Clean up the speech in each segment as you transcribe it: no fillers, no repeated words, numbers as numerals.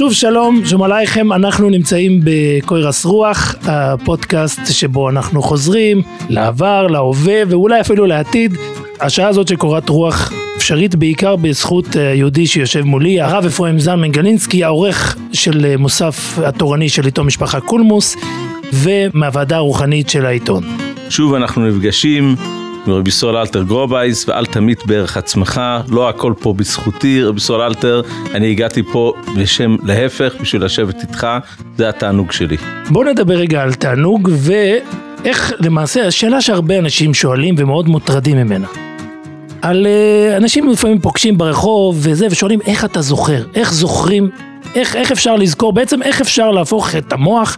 שוב שלום, שלום עליכם, אנחנו נמצאים בקוירס רוח, הפודקאסט שבו אנחנו חוזרים לעבר, להווה ואולי אפילו לעתיד. השעה הזאת שקורת רוח אפשרית בעיקר בזכות היהודי שיושב מולי, הרב אפרים זלמן גלינסקי, העורך של מוסף התורני של עיתון משפחה קולמוס ומהוועדה הרוחנית של העיתון. שוב אנחנו נפגשים רבי ישראל אלתר גרובייס, ואל תמית בערך עצמך, לא הכל פה בזכותי, רבי ישראל אלתר, אני הגעתי פה בשם להפך, בשביל לשבת איתך, זה התענוג שלי. בואו נדבר רגע על תענוג, ואיך למעשה, השאלה שהרבה אנשים שואלים ומאוד מוטרדים ממנה. על אנשים לפעמים פוגשים ברחוב וזה, ושואלים איך אתה זוכר, איך זוכרים, איך אפשר לזכור, בעצם איך אפשר להפוך את המוח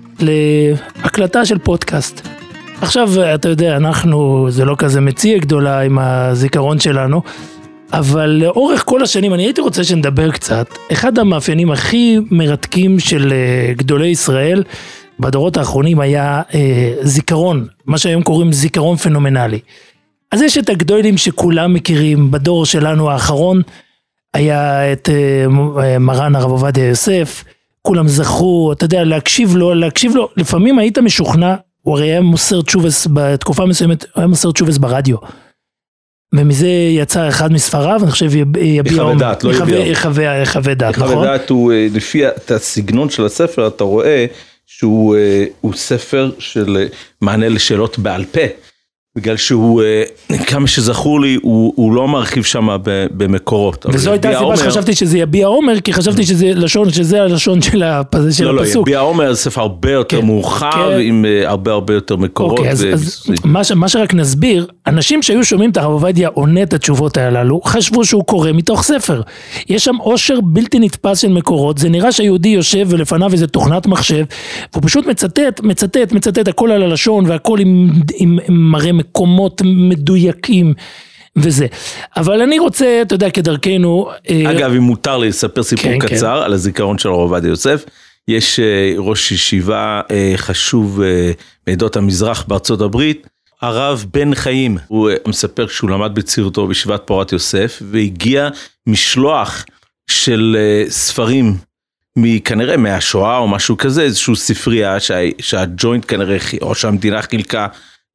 להקלטה של פודקאסט. עכשיו, אתה יודע, זה לא כזה מציע גדולה עם הזיכרון שלנו, אבל לאורך כל השנים, אני הייתי רוצה שנדבר קצת, אחד המאפיינים הכי מרתקים של גדולי ישראל, בדורות האחרונים היה זיכרון, מה שהיום קוראים זיכרון פנומנלי. אז יש את הגדולים שכולם מכירים, בדור שלנו האחרון, היה את מרן הרב עובדיה יוסף, כולם זכרו, אתה יודע, להקשיב לו, לפעמים היית משוכנע, הוא הרי היה מוסר תשובס, בתקופה מסוימת, היה מוסר תשובס ברדיו. ומזה יצא אחד מספריו, אני חושב, יביע עומר. יחווה דעת, לא יביע. יחווה דעת, נכון? יחווה דעת הוא, לפי הסגנון של הספר, אתה רואה שהוא ספר של מענה לשאלות בעל פה. בגלל שהוא, כמה שזכור לי, הוא לא מרחיב שם במקורות. וזו הייתה הסיבה שחשבתי שזה יביע עומר, כי חשבתי שזה הלשון של הפסוק. לא, יביע עומר זה ספר הרבה יותר מאוחר, עם הרבה יותר מקורות. אז מה שרק נסביר, אנשים שהיו שומעים את הרב עובדיה עונה את התשובות הללו, חשבו שהוא קורא מתוך ספר. יש שם עושר בלתי נתפס של מקורות, זה נראה שהיהודי יושב ולפניו איזה תוכנת מחשב, והוא פשוט מצטט הכל על הלשון, והכל עם מראה מקומות מדויקים וזה. אבל אני רוצה, אתה יודע, כדרכנו... אגב, אם מותר לי לספר סיפור קצר על הזיכרון של הרב עובדיה יוסף, יש ראש ישיבה חשוב מעדות המזרח בארצות הברית, הרב בן חיים, הוא מספר שהוא למד בצעירותו בישיבת פורת יוסף, והגיע משלוח של ספרים, כנראה מהשואה או משהו כזה, איזשהו ספרייה שהג'וינט כנראה, או שהמדינה חילקה,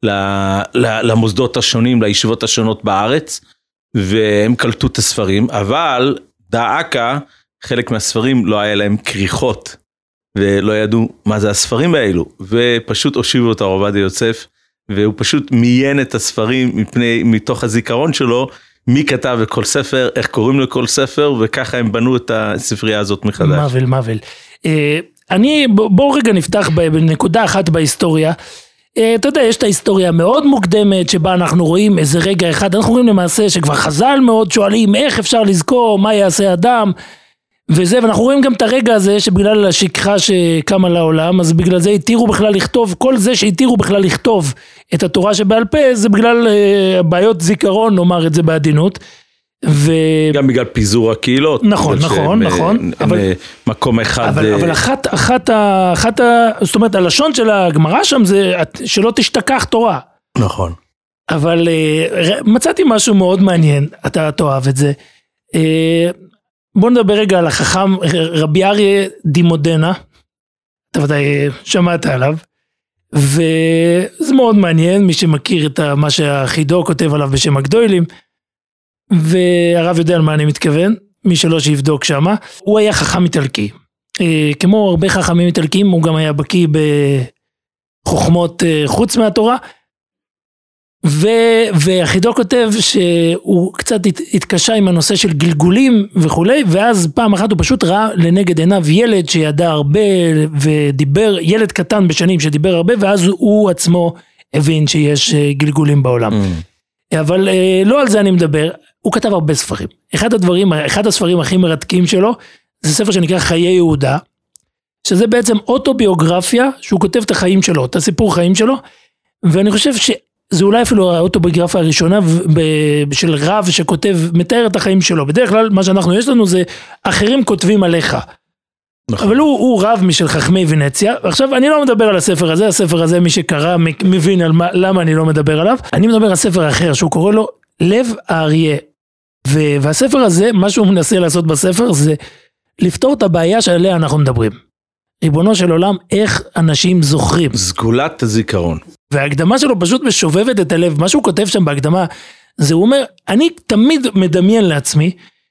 למוסדות השונים, לישיבות השונות בארץ, והם קלטו את הספרים, אבל דאקה, חלק מהספרים לא היה להם כריכות, ולא ידעו מה זה הספרים האלו, ופשוט הושיבו את הרב עובדיה יוסף, והוא פשוט מיין את הספרים מתוך הזיכרון שלו, מי כתב בכל ספר, איך קוראים לכל ספר, וככה הם בנו את הספרייה הזאת מחדש. מבל. בואו רגע נפתח בנקודה אחת בהיסטוריה, אתה יודע, יש את ההיסטוריה המאוד מוקדמת, שבה אנחנו רואים איזה רגע אחד, אנחנו רואים למעשה שכבר חז"ל מאוד שואלים, איך אפשר לזכור, מה יעשה אדם, וזה, ואנחנו רואים גם את הרגע הזה, שבגלל השכחה שקמה לעולם, אז בגלל זה התירו בכלל לכתוב, כל זה שהתירו בכלל לכתוב את התורה שבעל פה, זה בגלל בעיות זיכרון, נאמר את זה בעדינות, גם בגלל פיזור הקהילות. נכון. מקום אחד. אבל אחת, זאת אומרת, הלשון של הגמרא שם זה שלא תשתכח תורה. נכון. אבל מצאתי משהו מאוד מעניין, אתה תאהב את זה. בוא נדבר רגע על החכם רבי אריה דימודנה, אתה ודאי שמעת עליו, וזה מאוד מעניין, מי שמכיר את מה שהחידו כותב עליו בשם הגדולים, והרב יודע על מה אני מתכוון, מי שלא שיבדוק שמה, הוא היה חכם איטלקי, כמו הרבה חכמים איטלקיים, הוא גם היה בקיא בחוכמות חוץ מהתורה, והחידו כותב שהוא קצת התקשה עם הנושא של גלגולים וכולי, ואז פעם אחת הוא פשוט ראה לנגד עיניו ילד שידע הרבה ודיבר, ילד קטן בשנים שדיבר הרבה, ואז הוא עצמו הבין שיש גלגולים בעולם. אבל לא על זה אני מדבר, הוא כתב הרבה ספרים. אחד הספרים הכי מרתקים שלו, זה ספר שנקרא חיי יהודה, שזה בעצם אוטוביוגרפיה, שהוא כותב את החיים שלו, את הסיפור חיים שלו, ואני חושב שזה אולי אפילו האוטוביוגרפיה הראשונה, של רב שכותב, מתאר את החיים שלו. בדרך כלל מה שאנחנו יש לנו זה, אחרים כותבים עליך. נכון. אבל הוא רב משל חכמי ונציה, ועכשיו אני לא מדבר על הספר הזה מי שקרא מבין למה אני לא מדבר עליו, אני מדבר על ספר אחר שהוא קורא לו לב האריה, והספר הזה, מה שהוא מנסה לעשות בספר זה לפתור את הבעיה שעליה אנחנו מדברים. ריבונו של עולם, איך אנשים זוכרים. סגולת הזיכרון. וההקדמה שלו פשוט משובבת את הלב. מה שהוא כותב שם בהקדמה, זה הוא אומר, אני תמיד מדמיין לעצמי,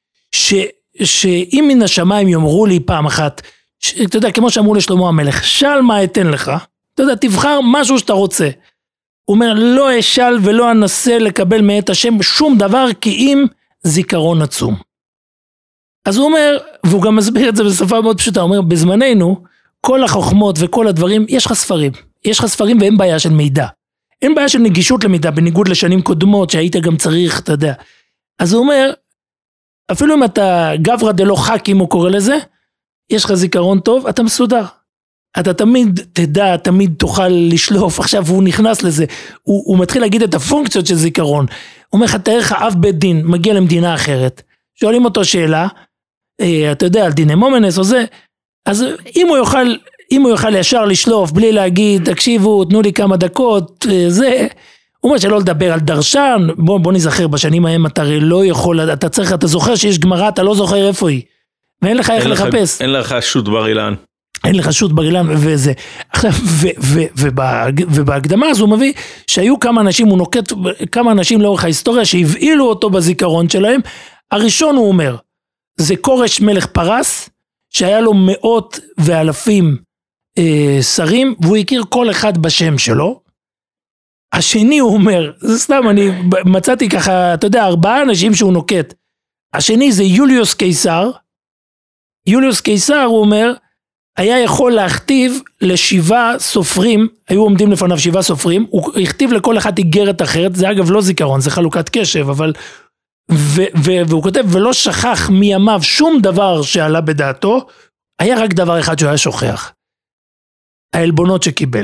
שאם מן השמיים יאמרו לי פעם אחת, אתה יודע, כמו שאמרו לשלמה המלך, שאל מה אתן לך, אתה יודע, תבחר משהו שאתה רוצה. הוא אומר, לא אשאל ולא אנסה לקבל מאת השם שום דבר, כי אם זיכרון עצום. אז הוא אומר, והוא גם מסביר את זה בשפה מאוד פשוטה, הוא אומר, בזמננו, כל החוכמות וכל הדברים, יש לך ספרים. יש לך ספרים ואין בעיה של מידע. אין בעיה של נגישות למידע, בניגוד לשנים קודמות, שהיית גם צריך, אתה יודע. אז הוא אומר, אפילו אם אתה גברא דלא חכים, הוא קורא לזה, יש לך זיכרון טוב, אתה מסודר. אתה תמיד תדע, תמיד תוכל לשלוף, עכשיו הוא נכנס לזה, הוא מתחיל להגיד את הפונקציות של זיכרון. הוא אומר לך, תאר לך אב בית דין, מגיע למדינה אחרת, שואלים אותו שאלה, אתה יודע, על דיני מומנס או זה, אז אם הוא יוכל ישר לשלוף, בלי להגיד, תקשיבו, תנו לי כמה דקות, זה, הוא אומר שלא לדבר על דרשן, בוא נזכר, בשנים ההם אתה הרי לא יכול, אתה זוכר שיש גמרא, אתה לא זוכר איפה היא, ואין לך איך לחפש. אין לך שו"ת בר אילן. אין לך שו"ת בר אילן וזה. עכשיו, ובהקדמה הזו הוא מביא, שהיו כמה אנשים, הוא נוקט כמה אנשים לאורך ההיסטוריה, שהבעילו אותו בזיכרון שלהם. הראשון הוא אומר, זה קורש מלך פרס, שהיה לו מאות ואלפים שרים, והוא הכיר כל אחד בשם שלו. השני הוא אומר, זה סתם, אני מצאתי ככה, אתה יודע, 4 אנשים שהוא נוקט. השני זה יוליוס קיסר. יוליוס קיסר, הוא אומר, היה יכול להכתיב ל7 סופרים, היו עומדים לפניו 7 סופרים, הוא הכתיב לכל אחד איגרת אחרת, זה אגב לא זיכרון, זה חלוקת קשב, אבל, והוא כותב, ולא שכח מימיו שום דבר שעלה בדעתו, היה רק דבר אחד שהוא היה שוכח, העלבונות שקיבל.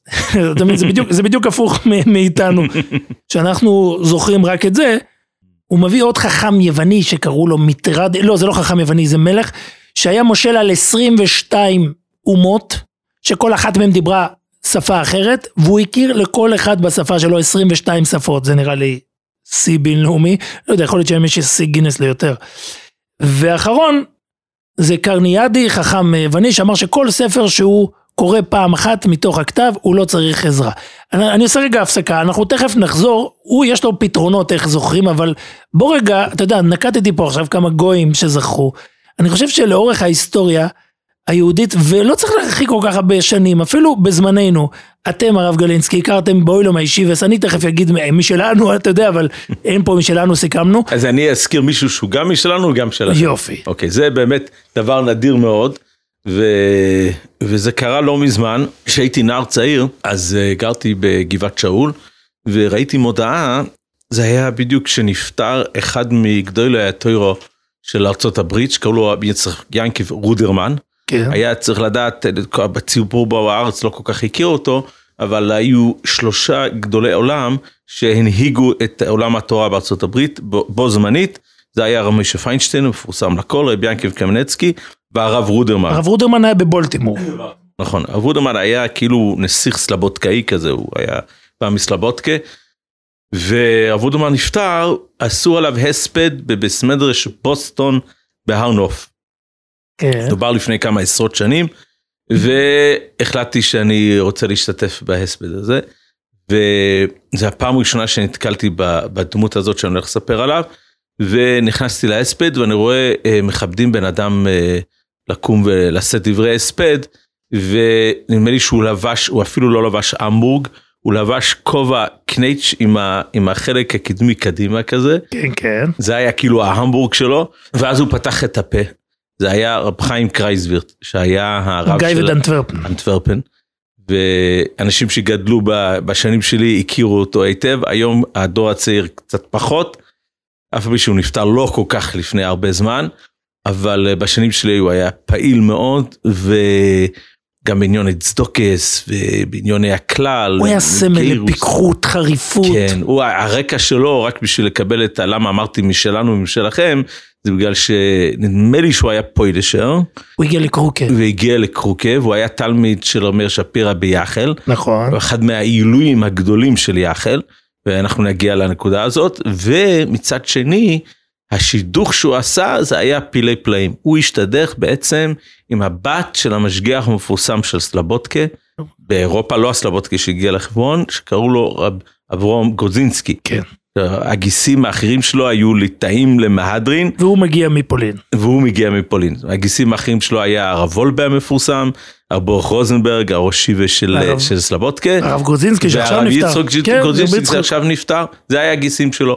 זה בדיוק הפוך מאיתנו, שאנחנו זוכרים רק את זה. הוא מביא עוד חכם יווני שקראו לו מיטרד, לא זה לא חכם יווני, זה מלך, שהיה מושל על 22 אומות, שכל אחת מהם דיברה שפה אחרת, והוא הכיר לכל אחד בשפה שלו 22 שפות, זה נראה לי שיא בינלאומי, לא יודע, יכול להיות שיש שיא גינס ליותר. ואחרון, זה קרניאדי, חכם יווני, שאמר שכל ספר שהוא קורא פעם אחת מתוך הכתב, הוא לא צריך עזרה. אני עושה רגע הפסקה, אנחנו תכף נחזור, יש לו פתרונות איך זוכרים, אבל בוא רגע, אתה יודע, נקטתי פה עכשיו כמה גויים שזכרו, אני חושב שלאורך ההיסטוריה היהודית, ולא צריך להרחיק כל כך הרבה שנים, אפילו בזמננו, אתם הרב גלינסקי, הכרתם באוילום הישיבס, אני תכף אגיד משלנו, אתה יודע, אבל אין פה משלנו, סיכמנו. אז אני אזכיר מישהו שהוא גם משלנו, וגם שלנו. יופי. אוקיי, זה באמת דבר נדיר מאוד, וזה קרה לא מזמן, כשהייתי נער צעיר, אז גרתי בגבעת שאול, וראיתי מודעה, זה היה בדיוק כשנפטר אחד מגדולי התורה של ארצות הברית, שקראו לו ינקב רודרמן, כן. היה צריך לדעת, בציבור בארץ לא כל כך הכיר אותו, אבל היו 3 גדולי עולם, שהנהיגו את עולם התורה בארצות הברית, בו זמנית, זה היה רב משה פיינשטיין, מפורסם לכל, רבי ינקב קמנצקי, והרב רודרמן. הרב רודרמן היה בבולטימור. נכון, הרב רודרמן היה כאילו נסיך סלבודקאי כזה, הוא היה פעם מסלבודקה, והרב רודרמן נפטר, עשו עליו הספד בבית מדרש בוסטון בהר נוף. כן. דובר לפני כמה עשרות שנים, והחלטתי שאני רוצה להשתתף בהספד הזה, וזה הפעם הראשונה שנתקלתי בדמות הזאת שאני הולך לספר עליו, ונכנסתי להספד, ואני רואה מכבדים בן אדם לקום ולשאת דברי הספד, ונדמה לי שהוא לבש, הוא אפילו לא לבש אמבורג, הוא לבש כובע קנייץ' עם החלק הקדמי קדימה כזה. כן, כן. זה היה כאילו ההמבורג שלו, ואז הוא פתח את הפה. זה היה רב חיים קרייסווירט, שהיה הרב של אנטוורפן. ואנשים שגדלו בשנים שלי הכירו אותו היטב, היום הדור הצעיר קצת פחות, אף פעם שהוא נפטר לא כל כך לפני הרבה זמן, אבל בשנים שלי הוא היה פעיל מאוד, וגם בעניוני צדוקס, ובעניוני הכלל. הוא היה סמל לפיקחות, חריפות. כן, הרקע שלו, רק בשביל לקבל את למה אמרתי משלנו ומשלכם, זה בגלל שנדמה לי שהוא היה פוידשר. הוא הגיע לקרוקה. והגיע לקרוקה, והוא היה תלמיד של אומר שפירא ביחל. נכון. אחד מהעילויים הגדולים של יחל, ואנחנו נגיע לנקודה הזאת, ומצד שני, השידוך שהוא עשה זה היה פילי פלאים. הוא השתדך בעצם עם הבת של המשגיח המפורסם של סלבודקה, באירופה, לא הסלבודקה שהגיע לחברון, שקראו לו אברהם גרודזינסקי. כן. הגיסים האחרים שלו היו ליטאים למהדרין. והוא מגיע מפולין. הגיסים האחרים שלו היה הרב וולבה המפורסם, הרב ברוך רוזנברג, הראש שיבה של סלבודקה. הרב גרודזינסקי שעכשיו נפטר. והרב יצחק גרודזינסקי שעכשיו נפטר. זה היה הגיסים שלו.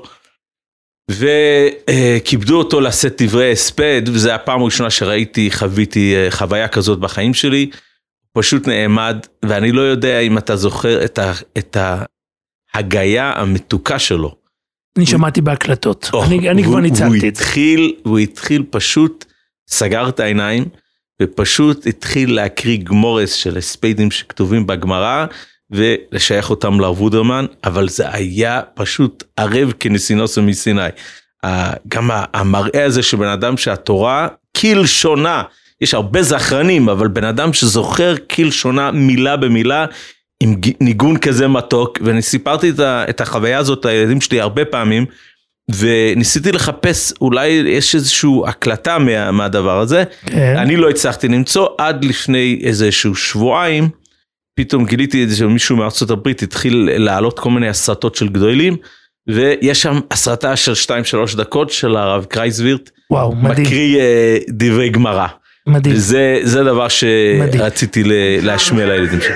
וכיבדו אותו לשאת דברי הספד, וזה הפעם הראשונה חוויתי חוויה כזאת בחיים שלי. פשוט נעמד, ואני לא יודע אם אתה זוכר את ההגייה המתוקה שלו. אני שמעתי בהקלטות, אני כבר ניצלתי את זה. הוא התחיל פשוט, סגר את העיניים, ופשוט התחיל להקריא גמורס של הספדים שכתובים בגמרא, ולשייך אותם לרב וודרמן, אבל זה היה פשוט ערב כנסינוסו מסיני. גם המראה הזה שבן אדם שהתורה כלשונה, יש הרבה זכרנים, אבל בן אדם שזוכר כלשונה מילה במילה, עם ניגון כזה מתוק, ואני סיפרתי את החוויה הזאת לילדים שלי הרבה פעמים, וניסיתי לחפש, אולי יש איזושהי הקלטה מהדבר הזה, אני לא הצלחתי למצוא, עד לפני איזשהו שבועיים, פתאום גיליתי את זה שמישהו מארצות הברית התחיל להעלות כל מיני הסרטות של גדולים, ויש שם הסרטה של 2-3 דקות של הרב קרייזווירט, מקריא דברי גמרא. מדהים. וזה דבר שרציתי להשמיע לילדים שלי.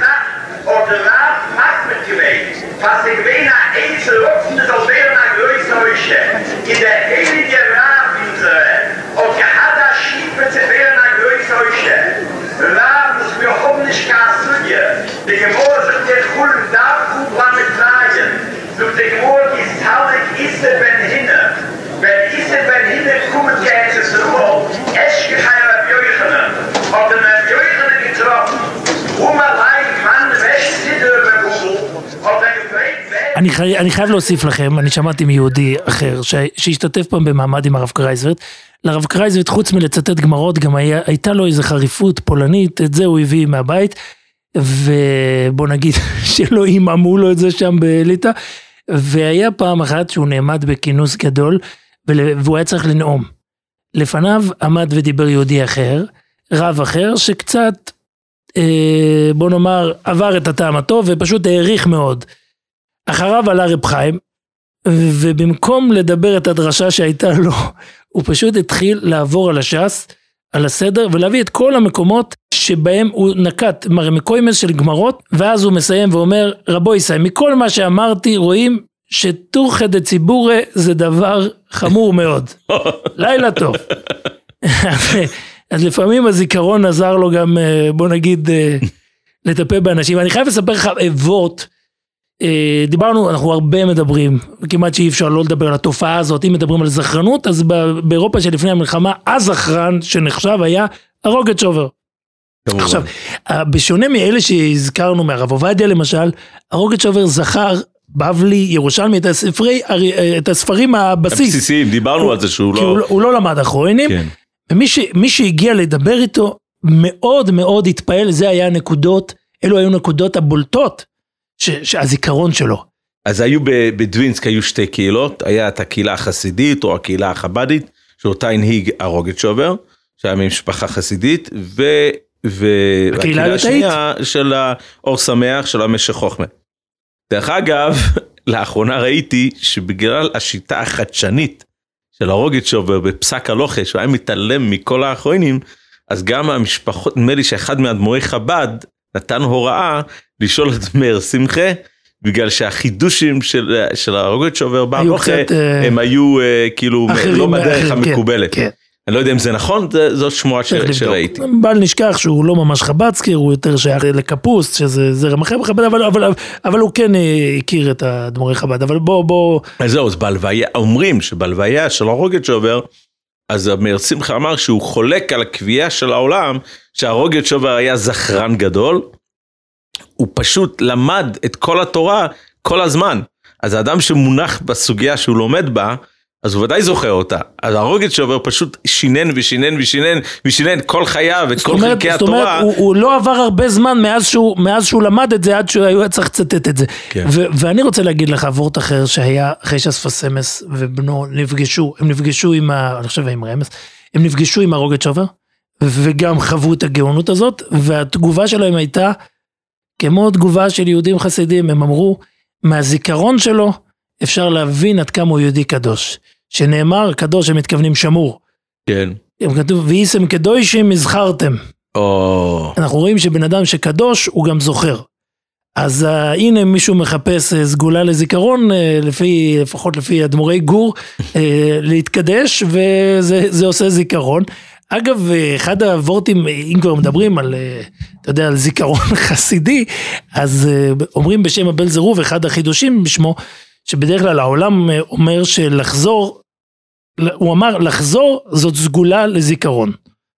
אני חייב להוסיף לכם, אני שמעתי מיהודי אחר שהשתתף פעם במעמד עם הרב קרייזווירט. לרב קרייזווירט חוץ מלצטט גמרות גם הייתה לו איזו חריפות פולנית, את זה הוא הביא מהבית, ובוא נגיד שלא ימאמו לו את זה שם בליטא, והיה פעם אחת שהוא נעמד בכינוס גדול, והוא היה צריך לנאום. לפניו עמד ודיבר יהודי אחר, רב אחר שקצת, בוא נאמר, עבר את הטעם הטוב ופשוט העריך מאוד. אחריו עלה רב חיים, ובמקום לדבר את הדרשה שהייתה לו, הוא פשוט התחיל לעבור על הש"ס, על הסדר, ולהביא את כל המקומות שבהם הוא נקט מקוימס של גמרות, ואז הוא מסיים ואומר, רבו ישראל, מכל מה שאמרתי רואים שטורחא דציבורא זה דבר חמור מאוד. לילה טוב. אז לפעמים הזיכרון עזר לו גם, בוא נגיד, לטפל באנשים. אני חייב לספר לך וורט, דיברנו, אנחנו הרבה מדברים, כמעט שאי אפשר לא לדבר על התופעה הזאת, אם מדברים על זכרנות, אז באירופה שלפני המלחמה, הזכרן שנחשב היה הרוגצ'ובר. עכשיו, בשונה מאלה שהזכרנו מהרב עובדיה למשל, הרוגצ'ובר זכר בבלי, ירושלמי, את הספרים הבסיסיים, דיברנו על זה שהוא לא למד אחרונים, ומי שהגיע לדבר איתו, מאוד מאוד התפעל, זה היה הנקודות, אלו היו נקודות הבולטות, שהזיכרון שלו. אז היו בדווינסק, היו שתי קהילות, היה את הקהילה החסידית או הקהילה החבדית, שאותה הנהיג הרוגצ'ובר, שהיה ממשפחה חסידית, והקהילה השנייה של האור שמח, של המשך חוכמה. דרך אגב, לאחרונה ראיתי שבגלל השיטה החדשנית של הרוגצ'ובר בפסק הלוכה, שהוא היה מתעלם מכל האחרונים, אז גם המשפחות, נדמה לי שאחד מאדמו"רי חב"ד, נתן הוראה לשאול את מאיר שמחה, בגלל שהחידושים של הרוגצ'ובר בהלוכה, הם היו כאילו לא בדרך המקובלת. אני לא יודע אם זה נכון, זאת שמועה שראיתי. בל נשכח שהוא לא ממש חב"דסקי, הוא יותר שייך לקפוסט, שזה זרם אחר בחב"ד, אבל הוא כן הכיר את האדמו"רי חב"ד, אבל בוא... אז זהו, אז אומרים שבלוויה של הרוגצ'ובר, אז מאיר שמחה אמר שהוא חולק על הקביעה של העולם, שהרוגצ'ובר היה זכרן גדול, הוא פשוט למד את כל התורה כל הזמן. אז האדם שמונח בסוגיה שהוא לומד בה, אז הוא ודאי זוכר אותה. אז הרוגת שובר פשוט שינן ושינן כל חייו את כל חלקי התורה. זאת אומרת, הוא לא עבר הרבה זמן מאז שהוא למד את זה, עד שהוא היה צריך לצטט את זה. כן. ואני רוצה להגיד לך, וורט אחר שהיה אחרי שאספסימס ובנו נפגשו, הם נפגשו עם, אני חושב עם רמס, הם נפגשו עם הרוגת שובר, וגם חוו את הגאונות הזאת, והתגובה שלהם הייתה, כמו תגובה של יהודים חסידים, הם אמרו, מהזיכרון שלו, אפשר להבין עד כמה הוא יהודי קדוש. שנאמר קדוש, הם מתכוונים שמור. כן. הם כתוב, ואיסם קדושים הזכרתם. אנחנו רואים שבן אדם שקדוש, הוא גם זוכר. אז הנה מישהו מחפש סגולה לזיכרון, לפחות לפי אדמו"רי גור, להתקדש, וזה עושה זיכרון. אגב, אחד הוורטים, אם כבר מדברים על, אתה יודע, על זיכרון חסידי, אז אומרים בשם אבן זרוב, אחד החידושים בשמו, שבדרך כלל העולם אומר שלחזור, הוא אמר לחזור זאת סגולה לזיכרון.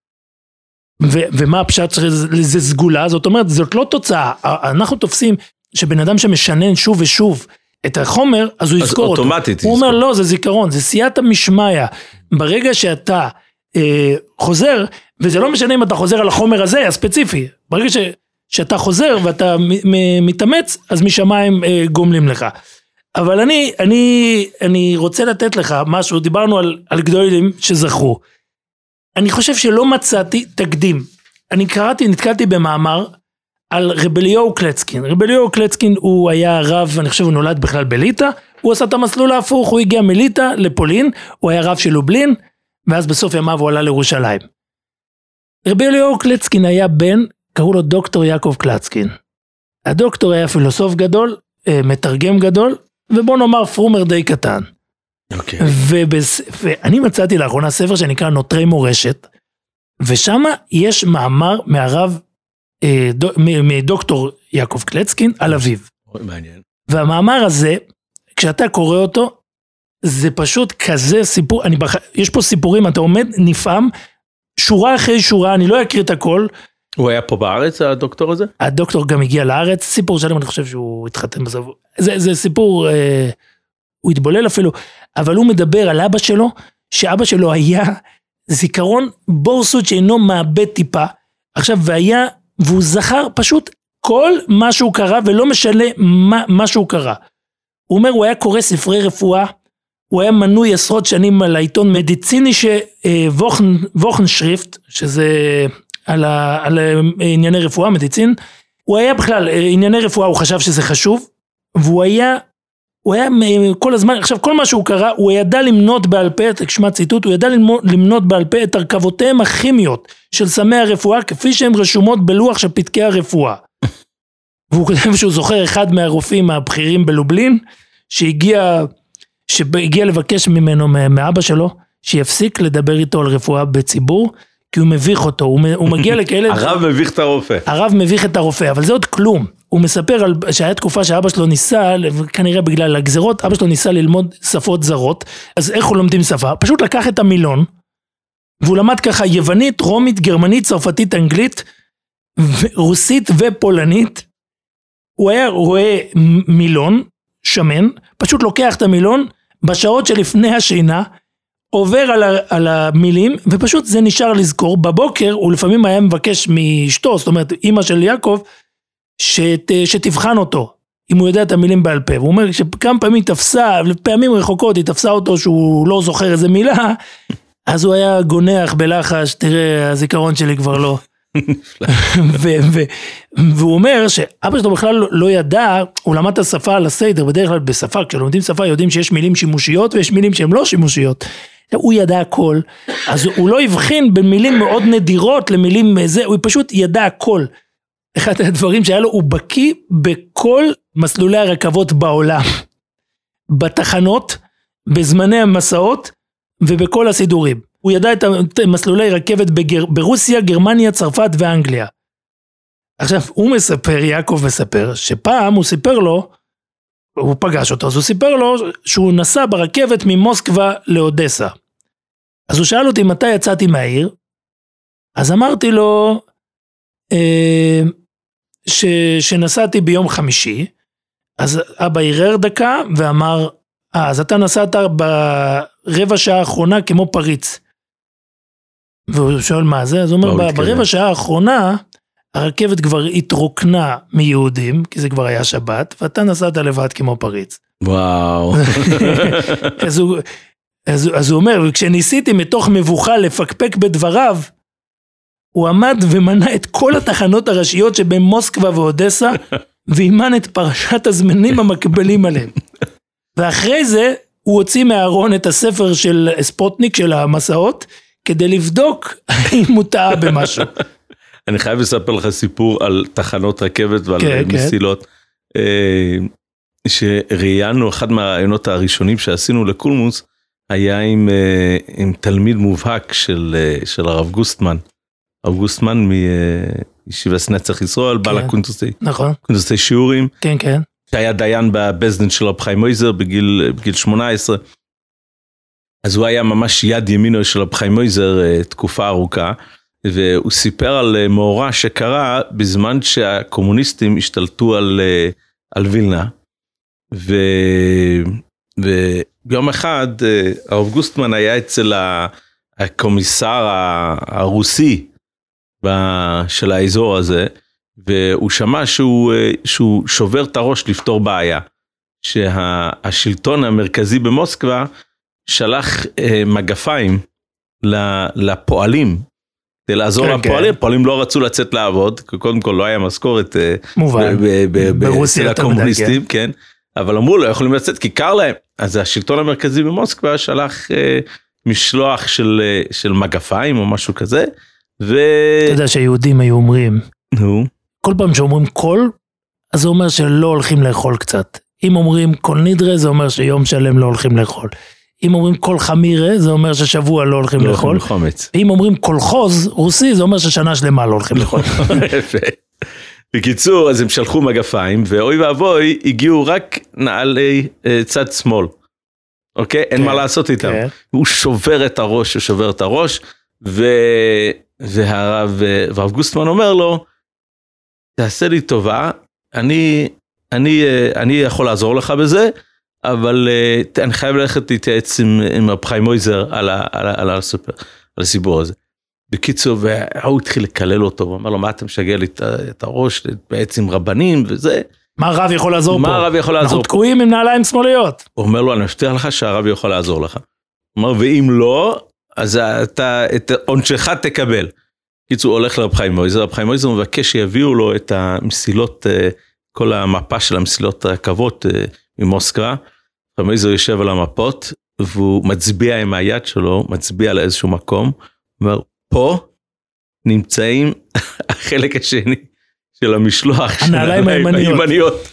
ומה הפשט לזה סגולה? זאת אומרת, זאת לא תוצאה. אנחנו תופסים שבן אדם שמשנן שוב ושוב את החומר, אז הוא יזכור אותו. הוא אומר לא, זה זיכרון, זה סייעתא משמיא. ברגע שאתה חוזר, וזה לא משנה אם אתה חוזר על החומר הזה, הספציפי. ברגע שאתה חוזר ואתה מתאמץ, אז משמיים גומלים לך. אבל אני רוצה לתת לך משהו, דיברנו על גדולים שזכרו. אני חושב שלא מצאתי תקדים. אני נתקלתי במאמר על רבי אליהו קלצקין. רבי אליהו קלצקין הוא היה רב, אני חושב הוא נולד בכלל בליטא, הוא עשה את המסלול ההפוך, הוא הגיע מליטא לפולין, הוא היה רב של לובלין, ואז בסוף ימיו הוא עלה לירושלים. רבי אליהו קלצקין היה בן, קראו לו דוקטור יעקב קלצקין. הדוקטור היה פילוסוף גדול, מתרגם גדול, ובוא נאמר פרומר די קטן. אוקיי. ואני מצאתי לאחרונה ספר שנקרא נוטרי מורשת, ושם יש מאמר מהרב, מדוקטור יעקב קלצקין על אביו. מעניין. והמאמר הזה, כשאתה קורא אותו, זה פשוט כזה סיפור, יש פה סיפורים, אתה עומד נפעם, שורה אחרי שורה, אני לא אקריא את הכל. הוא היה פה בארץ, הדוקטור הזה? הדוקטור גם הגיע לארץ, סיפור שלם, אני חושב שהוא התחתן בזה, זה סיפור, הוא התבולל אפילו, אבל הוא מדבר על אבא שלו, שאבא שלו היה זיכרון בורסות שאינו מאבד טיפה, עכשיו והוא זכר פשוט כל מה שהוא קרא, ולא משנה מה שהוא קרא. הוא אומר, הוא היה קורא ספרי רפואה, הוא היה מנוי עשרות שנים על העיתון מדיציני ווכנשריפט, שזה על ענייני רפואה, מדיצין, הוא היה בכלל, ענייני רפואה הוא חשב שזה חשוב, והוא היה כל הזמן, עכשיו כל מה שהוא קרא, הוא ידע למנות בעל פה, תשמע ציטוט, הוא ידע למנות בעל פה את הרכבותיהם הכימיות של סמי הרפואה, כפי שהן רשומות בלוח של פתקי הרפואה. והוא כותב שהוא זוכר אחד מהרופאים הבכירים בלובלין, שהגיע לבקש ממנו, מאבא שלו, שיפסיק לדבר איתו על רפואה בציבור, כי הוא מביך אותו, הוא מגיע לכאלה... הרב מביך את הרופא. הרב מביך את הרופא, אבל זה עוד כלום. הוא מספר שהיה תקופה שאבא שלו ניסה, כנראה בגלל הגזרות, אבא שלו ניסה ללמוד שפות זרות, אז איך הוא לומדים שפה? פשוט לקח את המילון, והוא למד ככה יוונית, רומית, גרמנית, צרפתית, אנגלית, רוסית ופולנית. הוא היה רואה מילון, שמן, פשוט לוקח את המילון, בשעות שלפני השינה, עובר על המילים, ופשוט זה נשאר לזכור. בבוקר הוא לפעמים היה מבקש מאשתו, זאת אומרת אמא של יעקב, שתבחן אותו, אם הוא יודע את המילים בעל פה. והוא אומר שכמה פעמים תפסה, לפעמים רחוקות היא תפסה אותו שהוא לא זוכר איזה מילה, אז הוא היה גונח בלחש, תראה הזיכרון שלי כבר לא. והוא אומר שאבא שלו בכלל לא ידע, הוא למד את השפה על הסדר, בדרך כלל בשפה, כשלומדים שפה יודעים שיש מילים שימושיות ויש מילים שהן לא שימושיות. הוא ידע הכל, אז הוא לא הבחין בין מילים מאוד נדירות למילים זה, הוא פשוט ידע הכל. אחד הדברים שהיה לו, הוא בקיא בכל מסלולי הרכבות בעולם, בתחנות, בזמני המסעות ובכל הסידורים. הוא ידע את מסלולי רכבת ברוסיה, גרמניה, צרפת ואנגליה. עכשיו הוא מספר, יעקב מספר, שפעם הוא סיפר לו, הוא פגש אותו, אז הוא סיפר לו שהוא נסע ברכבת ממוסקבה לאודסה. אז הוא שאל אותי מתי יצאתי מהעיר, אז אמרתי לו שנסעתי ביום חמישי, אז אבא ערער דקה ואמר, אז אתה נסעת רבע שעה האחרונה כמו פריץ. והוא שואל מה זה, אז הוא אומר, ברבע שעה האחרונה, הרכבת כבר התרוקנה מיהודים, כי זה כבר היה שבת, ואתה נסעת לבד כמו פריץ. וואו. אז הוא אומר, וכשניסיתי מתוך מבוכה לפקפק בדבריו, הוא עמד ומנה את כל התחנות הראשיות שבין מוסקבה ואודסה, ואימן את פרשת הזמנים המקבלים עליהם. ואחרי זה, הוא הוציא מהארון את הספר של ספוטניק של המסעות, כדי לבדוק אם הוא טעה במשהו. אני חייב לספר לך סיפור על תחנות רכבת ועל מסילות, שראיינו, אחד מהרעיונות הראשונים שעשינו לקולמוס, היה עם תלמיד מובהק של הרב גוסטמן. הרב גוסטמן מישיבת נצח ישראל, בעל הקונטרסי. נכון. קונטרסי שיעורים. כן, כן. שהיה דיין בבזדין של רב חיים מויזר בגיל 18. אז הוא היה ממש יד ימינו של רב חיים מויזר תקופה ארוכה. והוא סיפר על מאורע שקרה בזמן שהקומוניסטים השתלטו על וילנה. ויום אחד הרב גוסטמן היה אצל הקומיסר הרוסי של האזור הזה, והוא שמע שהוא שובר את הראש לפתור בעיה, שהשלטון המרכזי במוסקבה שלח מגפיים לפועלים, כדי לעזור לפועלים, פועלים לא רצו לצאת לעבוד, כי קודם כל לא היה משכורת ברוסיה הקומוניסטים, כן, אבל אמרו לא יכולים לצאת כי קר להם, אז השלטון המרכזי במוסקבה שלח משלוח של מגפיים או משהו כזה, אתה יודע שהיהודים היו אומרים, כל פעם שאומרים קול, אז זה אומר שלא הולכים לאכול קצת, אם אומרים קול נדרה, זה אומר שיום שלם לא הולכים לאכול, אם אומרים קול חמירה, זה אומר ששבוע לא הולכים לאכול, אם אומרים קול חוז רוסי, זה אומר ששנה שלמה לא הולכים לאכול. בקיצור, אז הם שלחו מגפיים, ואוי ואבוי, הגיעו רק נעלי צד שמאל. אוקיי? אין מה לעשות איתם. הוא שובר את הראש, והרב גוסטמן אומר לו, תעשה לי טובה, אני יכול לעזור לך בזה, אבל אני חייב ללכת להתייעץ עם רב חיים מויזר על הסיפור הזה. בקיצור, והוא התחיל לקלל אותו, הוא אמר לו, מה אתה משגע לי את הראש, בעצם רבנים וזה. מה הרב יכול לעזור פה? מה הרב יכול לעזור? אנחנו תקועים עם נעליים שמאליות. הוא אומר לו, אני מבטיח לך שהרב יכול לעזור לך. הוא אומר, ואם לא, אז אתה את עונשך תקבל. בקיצור, הוא הולך לרב חיים מויזר, רב חיים מויזר מבקש שיביאו לו את המסילות, כל המפה של המסילות הרכבות ממוסקבה. רב מויזר יושב על המפות, והוא מצביע עם היד שלו, מצביע לאיזשהו מקום, הוא אומר, פה נמצאים החלק השני של המשלוח, הנעליים הימניות.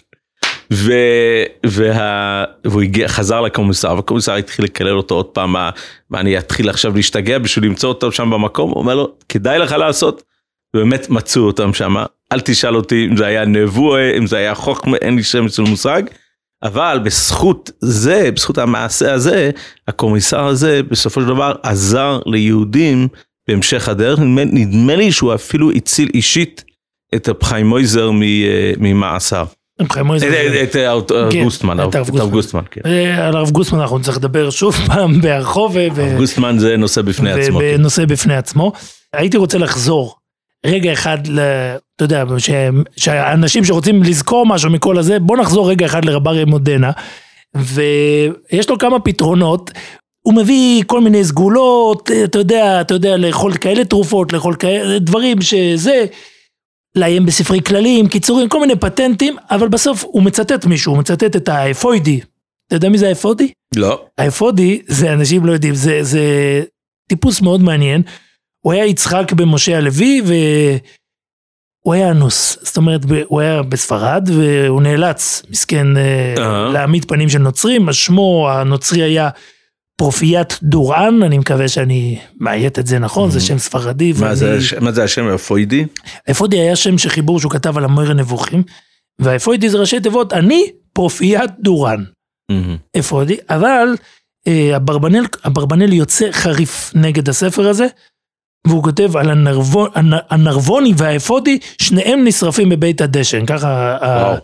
והוא חזר לקומיסר, והקומיסר התחיל לקלל אותו עוד פעם, מה אני אתחיל עכשיו להשתגע בשביל למצוא אותם שם במקום, הוא אומר לו, כדאי לך לעשות, ובאמת מצאו אותם שם, אל תשאל אותי אם זה היה נבואה, אם זה היה חוכמה, אין לי שם של מושג, אבל בזכות זה, בזכות המעשה הזה, הקומיסר הזה בסופו של דבר עזר ליהודים בהמשך הדרך, נדמה לי שהוא אפילו הציל אישית את רב חיים מויזר ממאסר. את הרב גוסטמן. על הרב גוסטמן אנחנו צריך לדבר שוב פעם בהרחוב. הרב גוסטמן זה נושא בפני עצמו. נושא בפני עצמו. הייתי רוצה לחזור רגע אחד, אתה יודע, שהאנשים שרוצים לזכור משהו מכל הזה, בוא נחזור רגע אחד לרב אריה מודנה, ויש לו כמה פתרונות, הוא מביא כל מיני סגולות, אתה יודע, לאכול כאלה תרופות, לאכול כאלה דברים שזה, לעיין בספרי כללים, קיצורים, כל מיני פטנטים, אבל בסוף הוא מצטט מישהו, הוא מצטט את האפוידי. אתה יודע מי זה האפוידי? לא. האפוידי, זה אנשים לא יודעים, זה טיפוס מאוד מעניין, הוא היה יצחק במשה הלוי, והוא היה אנוס, זאת אומרת, הוא היה בספרד, והוא נאלץ, מסכן, להעמיד פנים של נוצרים, השמו הנוצרי היה פרופיית דורען, אני מקווה שאני מעיית את זה נכון, זה שם ספרדי. מה זה השם האפוידי? האפוידי היה שם שחיבור שהוא כתב על המויר הנבוכים, והאפוידי זה ראשי תיבות, אני פרופיית דורען. אפוידי, אבל אברבנאל יוצא חריף נגד הספר הזה, והוא כותב על הנרבוני והאפודי, שניהם נשרפים בבית הדשן, ככה,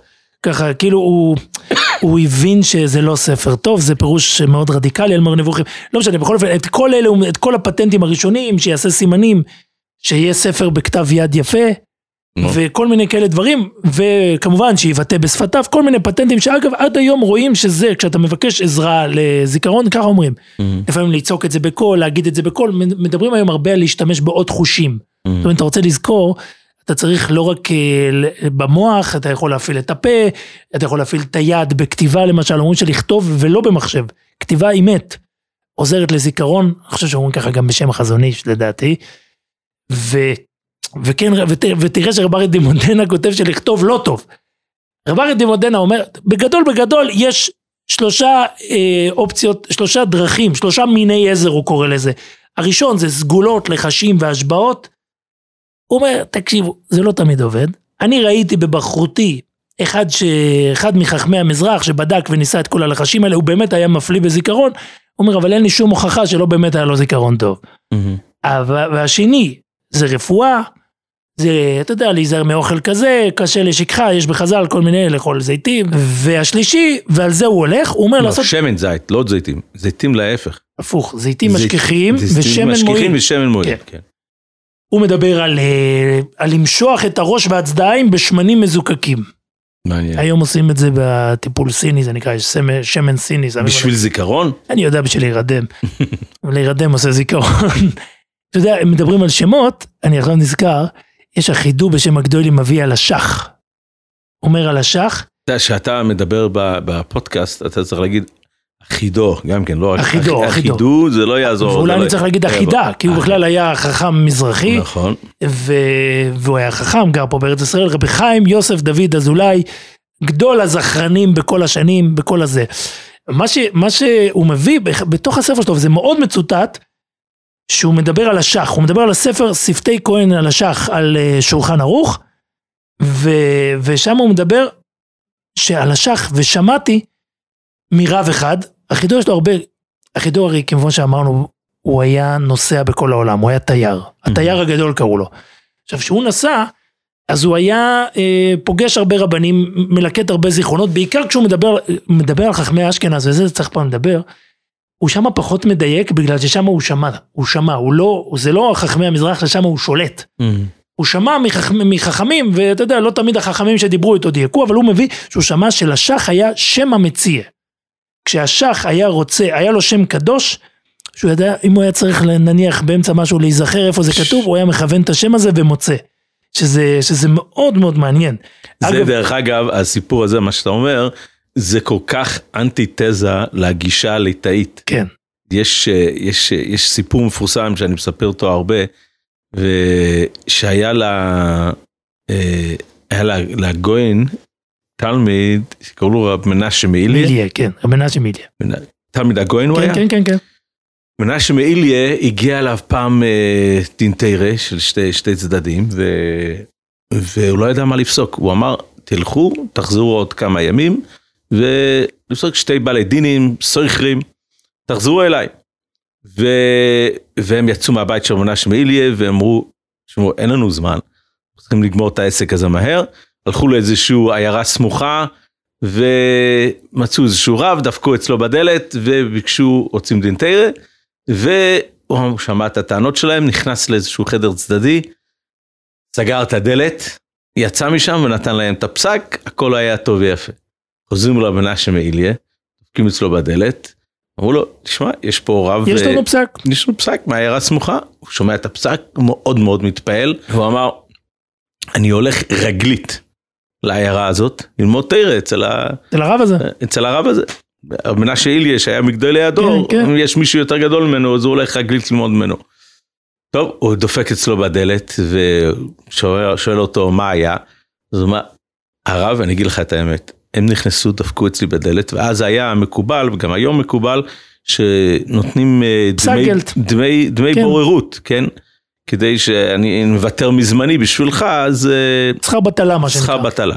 ככה, כאילו הוא הבין שזה לא ספר טוב, זה פירוש מאוד רדיקלי על מורה נבוכים, לא משנה, בכל אופן, את כל הפטנטים הראשונים, שיעשה סימנים, שיהיה ספר בכתב יד יפה, וכל מיני כאלה דברים, וכמובן שיבטא בשפתיו, כל מיני פטנטים שאגב עד היום רואים שזה, כשאתה מבקש עזרה לזיכרון, ככה אומרים, לפעמים ליצוק את זה בקול, להגיד את זה בקול, מדברים היום הרבה על להשתמש בעוד חושים, זאת אומרת, אתה רוצה לזכור, אתה צריך לא רק במוח, אתה יכול להפעיל את הפה, אתה יכול להפעיל את היד בכתיבה, למשל, אומרים שלכתוב ולא במחשב, כתיבה אימת, עוזרת לזיכרון, אני חושב שאומרים ככה גם בשם החזון איש, לדעתי, וכן, ותראה שרב אריה דימודנה כותב שלכתוב לא טוב. רב אריה דימודנה אומר, בגדול יש 3 אופציות, 3 דרכים, 3 מיני עזר הוא קורא לזה. הראשון זה סגולות, לחשים והשבעות. הוא אומר, תקשיבו, זה לא תמיד עובד. אני ראיתי בבחרותי אחד מחכמי המזרח שבדק וניסה את כל הלחשים האלה, הוא באמת היה מפליא בזיכרון. הוא אומר, אבל אין לי שום הוכחה שלא באמת היה לו זיכרון טוב. והשני, זה רפואה, זה, אתה יודע, להיזהר מאוכל כזה, קשה לשכחה, יש בחז"ל כל מיני לאכול זיתים, והשלישי, ועל זה הוא הולך, הוא אומר לעשות... שמן זית, לא זיתים, זיתים להפך. הפוך, זיתים משכיחים ושמן מועיל. ושמן מועיל, כן. הוא מדבר על למשוח את הראש והצדעים בשמנים מזוקקים. מעניין. היום עושים את זה בטיפול סיני, זה נקרא שמן סיני. בשביל זיכרון? אני יודע בשביל להירדם. להירדם עושה זיכרון. אתה יודע, הם מדברים על שמות, אני עכשיו נזכר, יש החידו בשם הגדולים מביא על השח. אומר על השח. אתה יודע, שאתה מדבר בפודקאסט, אתה צריך להגיד, אחידו, גם כן, לא אחידו, זה לא יעזור. ואולי אני צריך להגיד אחידה, כי הוא בכלל היה חכם מזרחי. נכון. והוא היה חכם, גר פה בארץ ישראל, רבי חיים, יוסף, דוד, אזולאי, גדול הזכרנים בכל השנים, בכל הזה. מה שהוא מביא בתוך הספר שלו, וזה מאוד מצוטט, שהוא מדבר על השח, הוא מדבר על הספר שפתי כהן על השח, על שולחן ערוך, ושם הוא מדבר שעל השח, ושמעתי מרב אחד, החידור יש לו הרבה, החידור הרי כמובן שאמרנו, הוא היה נוסע בכל העולם, הוא היה תייר, התייר הגדול קראו לו. עכשיו שהוא נסע, אז הוא היה פוגש הרבה רבנים, מלקט הרבה זיכרונות, בעיקר כשהוא מדבר על חכמי אשכנז, וזה צריך פעם לדבר, הוא שמה פחות מדייק, בגלל ששם הוא שמע, זה לא חכמי המזרח, ששם הוא שולט. הוא שמע מחכמים, ואתה יודע, לא תמיד החכמים שדיברו איתו דייקו, אבל הוא מביא שהוא שמע שלשח היה שם המציע. כשהשח היה לו שם קדוש, שהוא ידע, אם הוא היה צריך נניח באמצע משהו להיזכר איפה זה כתוב, הוא היה מכוון את השם הזה ומוצא. שזה מאוד מאוד מעניין. זה דרך אגב, הסיפור הזה, מה שאתה אומר, זה כל כך אנטיתזה לגישה הליטאית. כן. יש סיפור מפורסם שאני מספר אותו הרבה, ושהיה לגויין תלמיד, שקראו לו רב מנשה מאיליה. מאיליה, כן, רב מנשה מאיליה. תלמיד הגויין הוא היה? כן, כן, כן. מנשה מאיליה הגיע אליו פעם דין תורה של שתי צדדים, והוא לא ידע מה לפסוק. הוא אמר, תלכו, תחזרו עוד כמה ימים, ולפסוק 2 בעלי דינים, סויכרים, תחזרו אליי. והם יצאו מהבית של מנשה מאיליה, ואמרו, שמעו, אין לנו זמן, צריכים לגמור את העסק הזה מהר, הלכו לאיזשהו עיירה סמוכה, ומצאו איזשהו רב, דפקו אצלו בדלת, וביקשו רוצים דין תורה, והוא שמע את הטענות שלהם, נכנס לאיזשהו חדר צדדי, סגר את הדלת, יצא משם ונתן להם את הפסק, הכל היה טוב ויפה. חוזרים לו מנשה מאיליה, דפקים אצלו בדלת, אמרו לו, תשמע, יש פה רב... יש לנו פסק. יש לנו פסק מהעיירה סמוכה, הוא שומע את הפסק, מאוד מאוד מתפעל, והוא אמר, אני הולך רגלית לעיירה הזאת, ללמוד תורה אצל הרב הזה. אצל הרב הזה. מנשה מאיליה שהיה מגדולי הדור, כן, כן. יש מישהו יותר גדול ממנו, אז הוא הולך רגלית ללמוד ממנו. טוב, הוא דופק אצלו בדלת, ושואל אותו מה היה, אז הוא אומר, הרב, אני אגיד לך את האמת, הם נכנסו, דפקו אצלי בדלת, ואז היה מקובל, וגם היום מקובל, שנותנים דמי בוררות, כן? כדי שאני מוותר מזמני בשבילך, אז... שכר בטלה, מה שנקרא. שכר בטלה.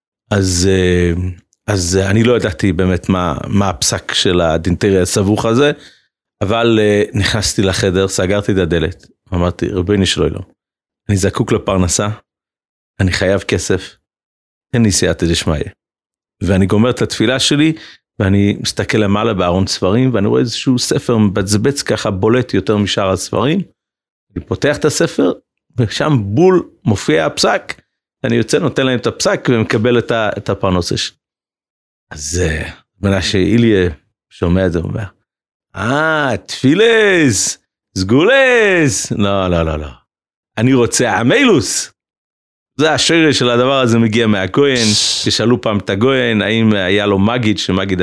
אז אני לא ידעתי באמת מה הפסק של הדין תורה הסבוך הזה, אבל נכנסתי לחדר, סגרתי את הדלת, אמרתי, רבינו שלום, אני זקוק לפרנסה, אני חייב כסף, תן לי סייעתא דשמיא. ואני גומר את התפילה שלי, ואני מסתכל למעלה בארון ספרים, ואני רואה איזשהו ספר מבצבץ ככה בולט יותר משאר הספרים, אני פותח את הספר, ושם בול מופיע הפסק, אני יוצא, נותן להם את הפסק, ומקבל את הפרנסה שלי. אז מנשה איליה שומע את זה, הוא אומר, תפילס, סגולס, לא, אני רוצה המילוס. זה השרש של הדבר הזה מגיע מהכהן, ששאלו פעם את הגויין, האם היה לו מגיד,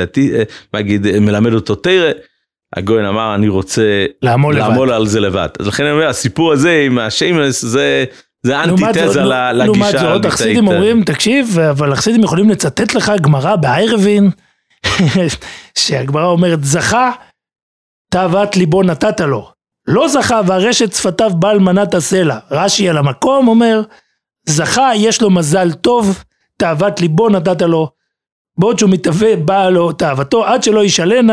שמגיד מלמד אותו תרא, הגויין אמר, אני רוצה לעמול על זה לבד. אז לכן אני אומר, הסיפור הזה עם השיימס, זה אנטיתזה לגישה. לעומת זאת, החסידים אומרים, תקשיב, אבל החסידים יכולים לצטט לך גמרא בערבין, שהגמרא אומרת, זכה, תאוות ליבו נתת לו. לא זכה, והרשת שפתיו בעל מנת הסלע. רש"י על המקום אומר, זכה, יש לו מזל טוב, תאוות ליבו נתת לו, בעוד שהוא מתאווה, באה לו תאוותו, עד שלא ישלן,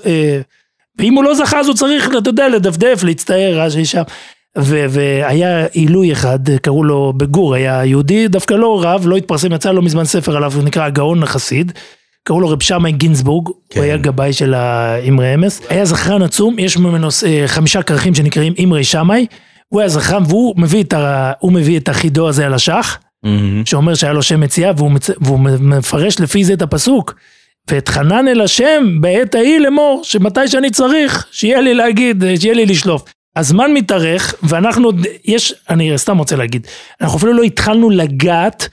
ואם הוא לא זכה, אז הוא צריך, אתה יודע, לדפדף, להצטער, רש"י שם. והיה עילוי אחד, קראו לו בגור, היה יהודי, דווקא לא רב, לא התפרסם, יצא לו מזמן ספר עליו, הוא נקרא הגאון החסיד, קראו לו רב שמאי גינסבורג, כן. הוא היה גבאי של האמרי אמס, היה זכרן עצום, יש ממנו 5 כרכים שנקראים אמרי שמאי, הוא היה זכרן והוא מביא את החידו הזה על השח, שאומר שהיה לו שם מציאה, והוא מפרש לפי זה את הפסוק, והתחנן אל השם בעת ההיא לאמור, שמתי שאני צריך, שיהיה לי להגיד, שיהיה לי לשלוף. הזמן מתארך, ואנחנו, אני סתם רוצה להגיד, אנחנו אפילו לא התחלנו לגעת,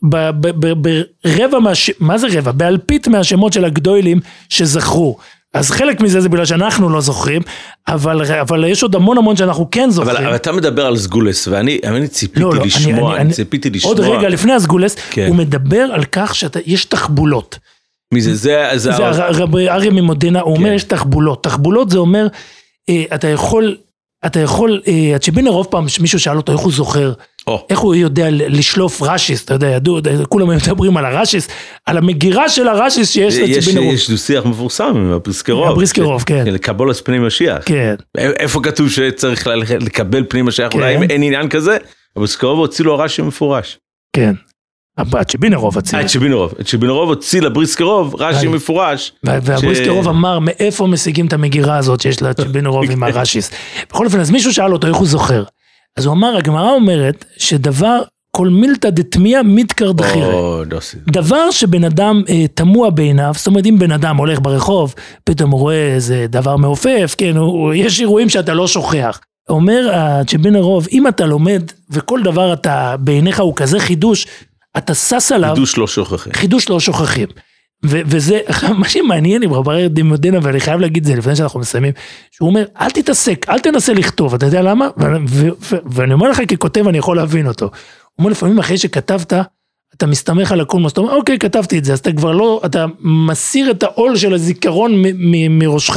ברבע, מה זה רבע? באלפית מהשמות של הגדולים שזכרו. אז חלק מזה זה בגלל שאנחנו לא זוכרים, אבל יש עוד המון שאנחנו כן זוכרים. אבל אתה מדבר על סגולס, ואני ציפיתי לשמוע, אני ציפיתי לשמוע. עוד רגע לפני הסגולס, הוא מדבר על כך שיש תחבולות. מי זה? זה רבי אריה ממודינה, הוא אומר יש תחבולות. תחבולות זה אומר, אתה יכול, הצ'יבין הרוב פעם מישהו שאל אותו איך הוא זוכר, איך הוא יודע לשלוף רשיס, אתה יודע, ידעו, כולם מדברים על הרשיס, על המגירה של הרשיס שיש לצ'יבין הרוב. יש דו-שיח מפורסם עם הפריסקרוב. הפריסקרוב, כן. לקבול את פני משיח. כן. איפה כתוב שצריך לקבל פני משיח, אולי אין עניין כזה, הפריסקרוב הוציא לו רש"י מפורש. כן. הצ'יבינרוב הוציא. הצ'יבינרוב הוציא לבריסקרוב, רש"י מפורש. והבריסקרוב אמר מאיפה משיגים את המגירה הזאת שיש לצ'יבינרוב עם הרשיס. בכל אופן, אז מישהו שאל אותו איך הוא זוכר. אז הוא אמר, הגמרא אומרת שדבר כל מילתא דתמיה מתקר דחירא. דבר שבן אדם תמוה בעיניו, זאת אומרת אם בן אדם הולך ברחוב, פתאום הוא רואה איזה דבר מעופף, כן, יש אירועים שאתה לא שוכח. אומר הצ'יבינרוב, אם אתה לומד וכל דבר אתה בעיניך הוא כזה חידוש, אתה סס עליו. חידוש לא שוכחים. וזה, מה שמעניין עם רבי דמודנה, ואני חייב להגיד זה לפני שאנחנו מסיימים, שהוא אומר, אל תתעסק, אל תנסה לכתוב, אתה יודע למה? ואני אומר לך ככותב, אני יכול להבין אותו. הוא אומר, לפעמים אחרי שכתבת, אתה מסתמך על הכל, אתה אומר, אוקיי, כתבתי את זה, אז אתה כבר לא, אתה מסיר את העול של הזיכרון מראשך.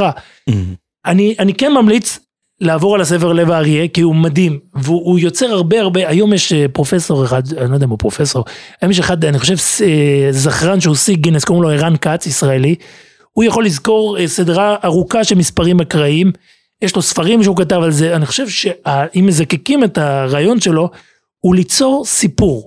אני כן ממליץ, לעבור על הספר לב האריה, כי הוא מדהים, והוא יוצר הרבה, היום יש פרופסור אחד, אני לא יודע אם הוא פרופסור, היום יש אחד, אני חושב, זכרן שהוא שיא גינס, קוראים לו ערן כץ, ישראלי, הוא יכול לזכור סדרה ארוכה של מספרים אקראיים, יש לו ספרים שהוא כתב על זה, אני חושב שאם מזקקים את הרעיון שלו, הוא ליצור סיפור.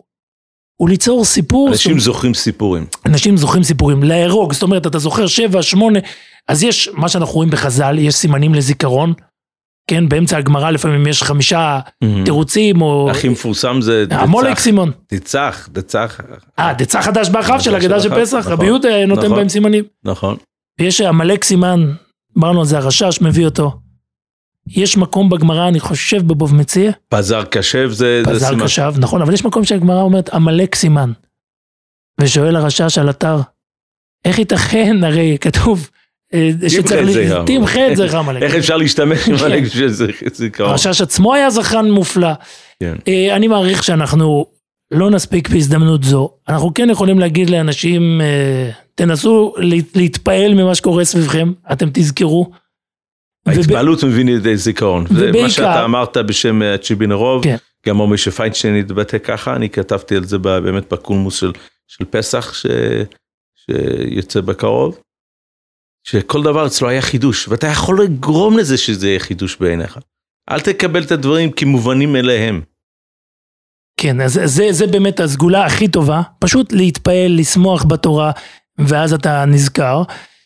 אנשים זוכרים סיפורים, להרוג, זאת אומרת, אתה זוכר 7, 8, אז יש מה שאנחנו רואים בחז"ל, יש סימנים לזיכרון, כן, באמצע הגמרא לפעמים יש 5 תירוצים, או... הכי מפורסם זה... המולק סימון. דצח. דצח חדש באחיו של הגדה של פסח, רבי יהודה נותן בהם סימנים. נכון. ויש המלק סימן, אמרנו על זה, הרשש מביא אותו. יש מקום בגמרא, אני חושב בבוב מציע. פזר קשב זה סימן. פזר קשב, נכון, אבל יש מקום שהגמרא אומרת, המלק סימן. ושואל הרשש על אתר, איך ייתכן, הרי כתוב... תמחה את זכר מלך. איך אפשר להשתמש עם מלך שזה זיכרון? הרשש עצמו היה זכרן מופלא. אני מעריך שאנחנו לא נספיק בהזדמנות זו. אנחנו כן יכולים להגיד לאנשים, תנסו להתפעל ממה שקורה סביבכם, אתם תזכרו. ההתפעלות מבין את זיכרון. זה מה שאתה אמרת בשם צ'יבינרוב, גם משה פיינשטיין התבטא ככה, אני כתבתי על זה באמת בקולמוס של פסח שיוצא בקרוב. שכל דבר אצלו היה חידוש, ואתה יכול לגרום לזה שזה יהיה חידוש בעיניך. אל תקבל את הדברים כמובנים אליהם. כן, אז זה באמת הסגולה הכי טובה, פשוט להתפעל, לשמוח בתורה, ואז אתה נזכר.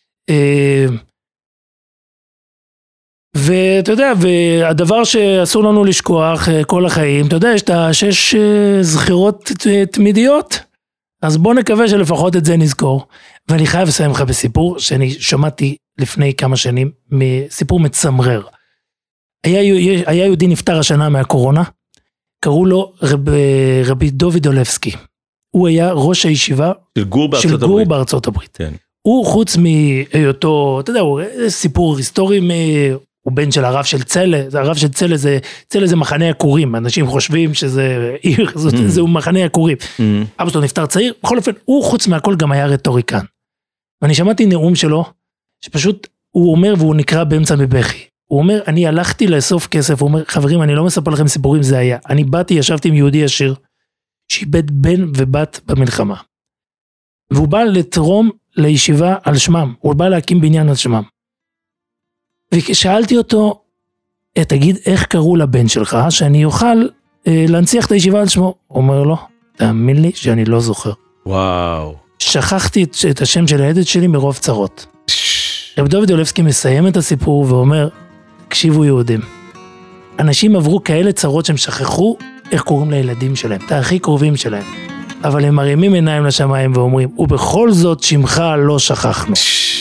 ואתה יודע, והדבר שאסור לנו לשכוח כל החיים, אתה יודע, יש את 6 זכירות תמידיות, אז בוא נקווה שלפחות את זה נזכור. ואני חייב לסיים לך בסיפור שאני שמעתי לפני כמה שנים, סיפור מצמרר. היה יהודי נפטר השנה מהקורונה, קראו לו רבי דוד אולבסקי. הוא היה ראש הישיבה של גור בארצות הברית. כן. הוא חוץ מהיותו, אתה יודע, הוא סיפור היסטורי, הוא בן של הרב של צלה, הרב של צלה זה מחנה הכורים, אנשים חושבים שזה עיר, זהו מחנה הכורים. אבא שלו נפטר צעיר, בכל אופן, הוא חוץ מהכל גם היה רטוריקן. ואני שמעתי נאום שלו, שפשוט הוא אומר, והוא נקרא באמצע מבכי, הוא אומר, אני הלכתי לאסוף כסף, הוא אומר, חברים, אני לא מספר לכם סיפורים, זה היה. אני באתי, ישבתי עם יהודי עשיר, שאיבד בן ובת במלחמה. והוא בא לתרום לישיבה על שמם, הוא בא להקים בניין על שמם. ושאלתי אותו, תגיד, איך קראו לבן שלך, שאני אוכל להנציח את הישיבה על שמו? הוא אומר לו, תאמין לי שאני לא זוכר. וואו. שכחתי את השם של הילד שלי מרוב צרות. רב דוד אולבסקי מסיים את הסיפור ואומר, תקשיבו יהודים, אנשים עברו כאלה צרות שהם שכחו איך קוראים לילדים שלהם, את הכי קרובים שלהם, אבל הם מרימים עיניים לשמיים ואומרים, ובכל זאת שמך לא שכחנו.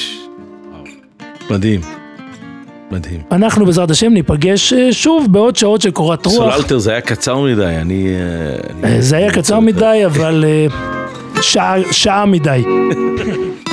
מדהים. מדהים. אנחנו בעזרת השם ניפגש שוב בעוד שעות של קורת רוח. סוללטר זה היה קצר מדי, זה היה קצר מדי, אבל שעה מדי.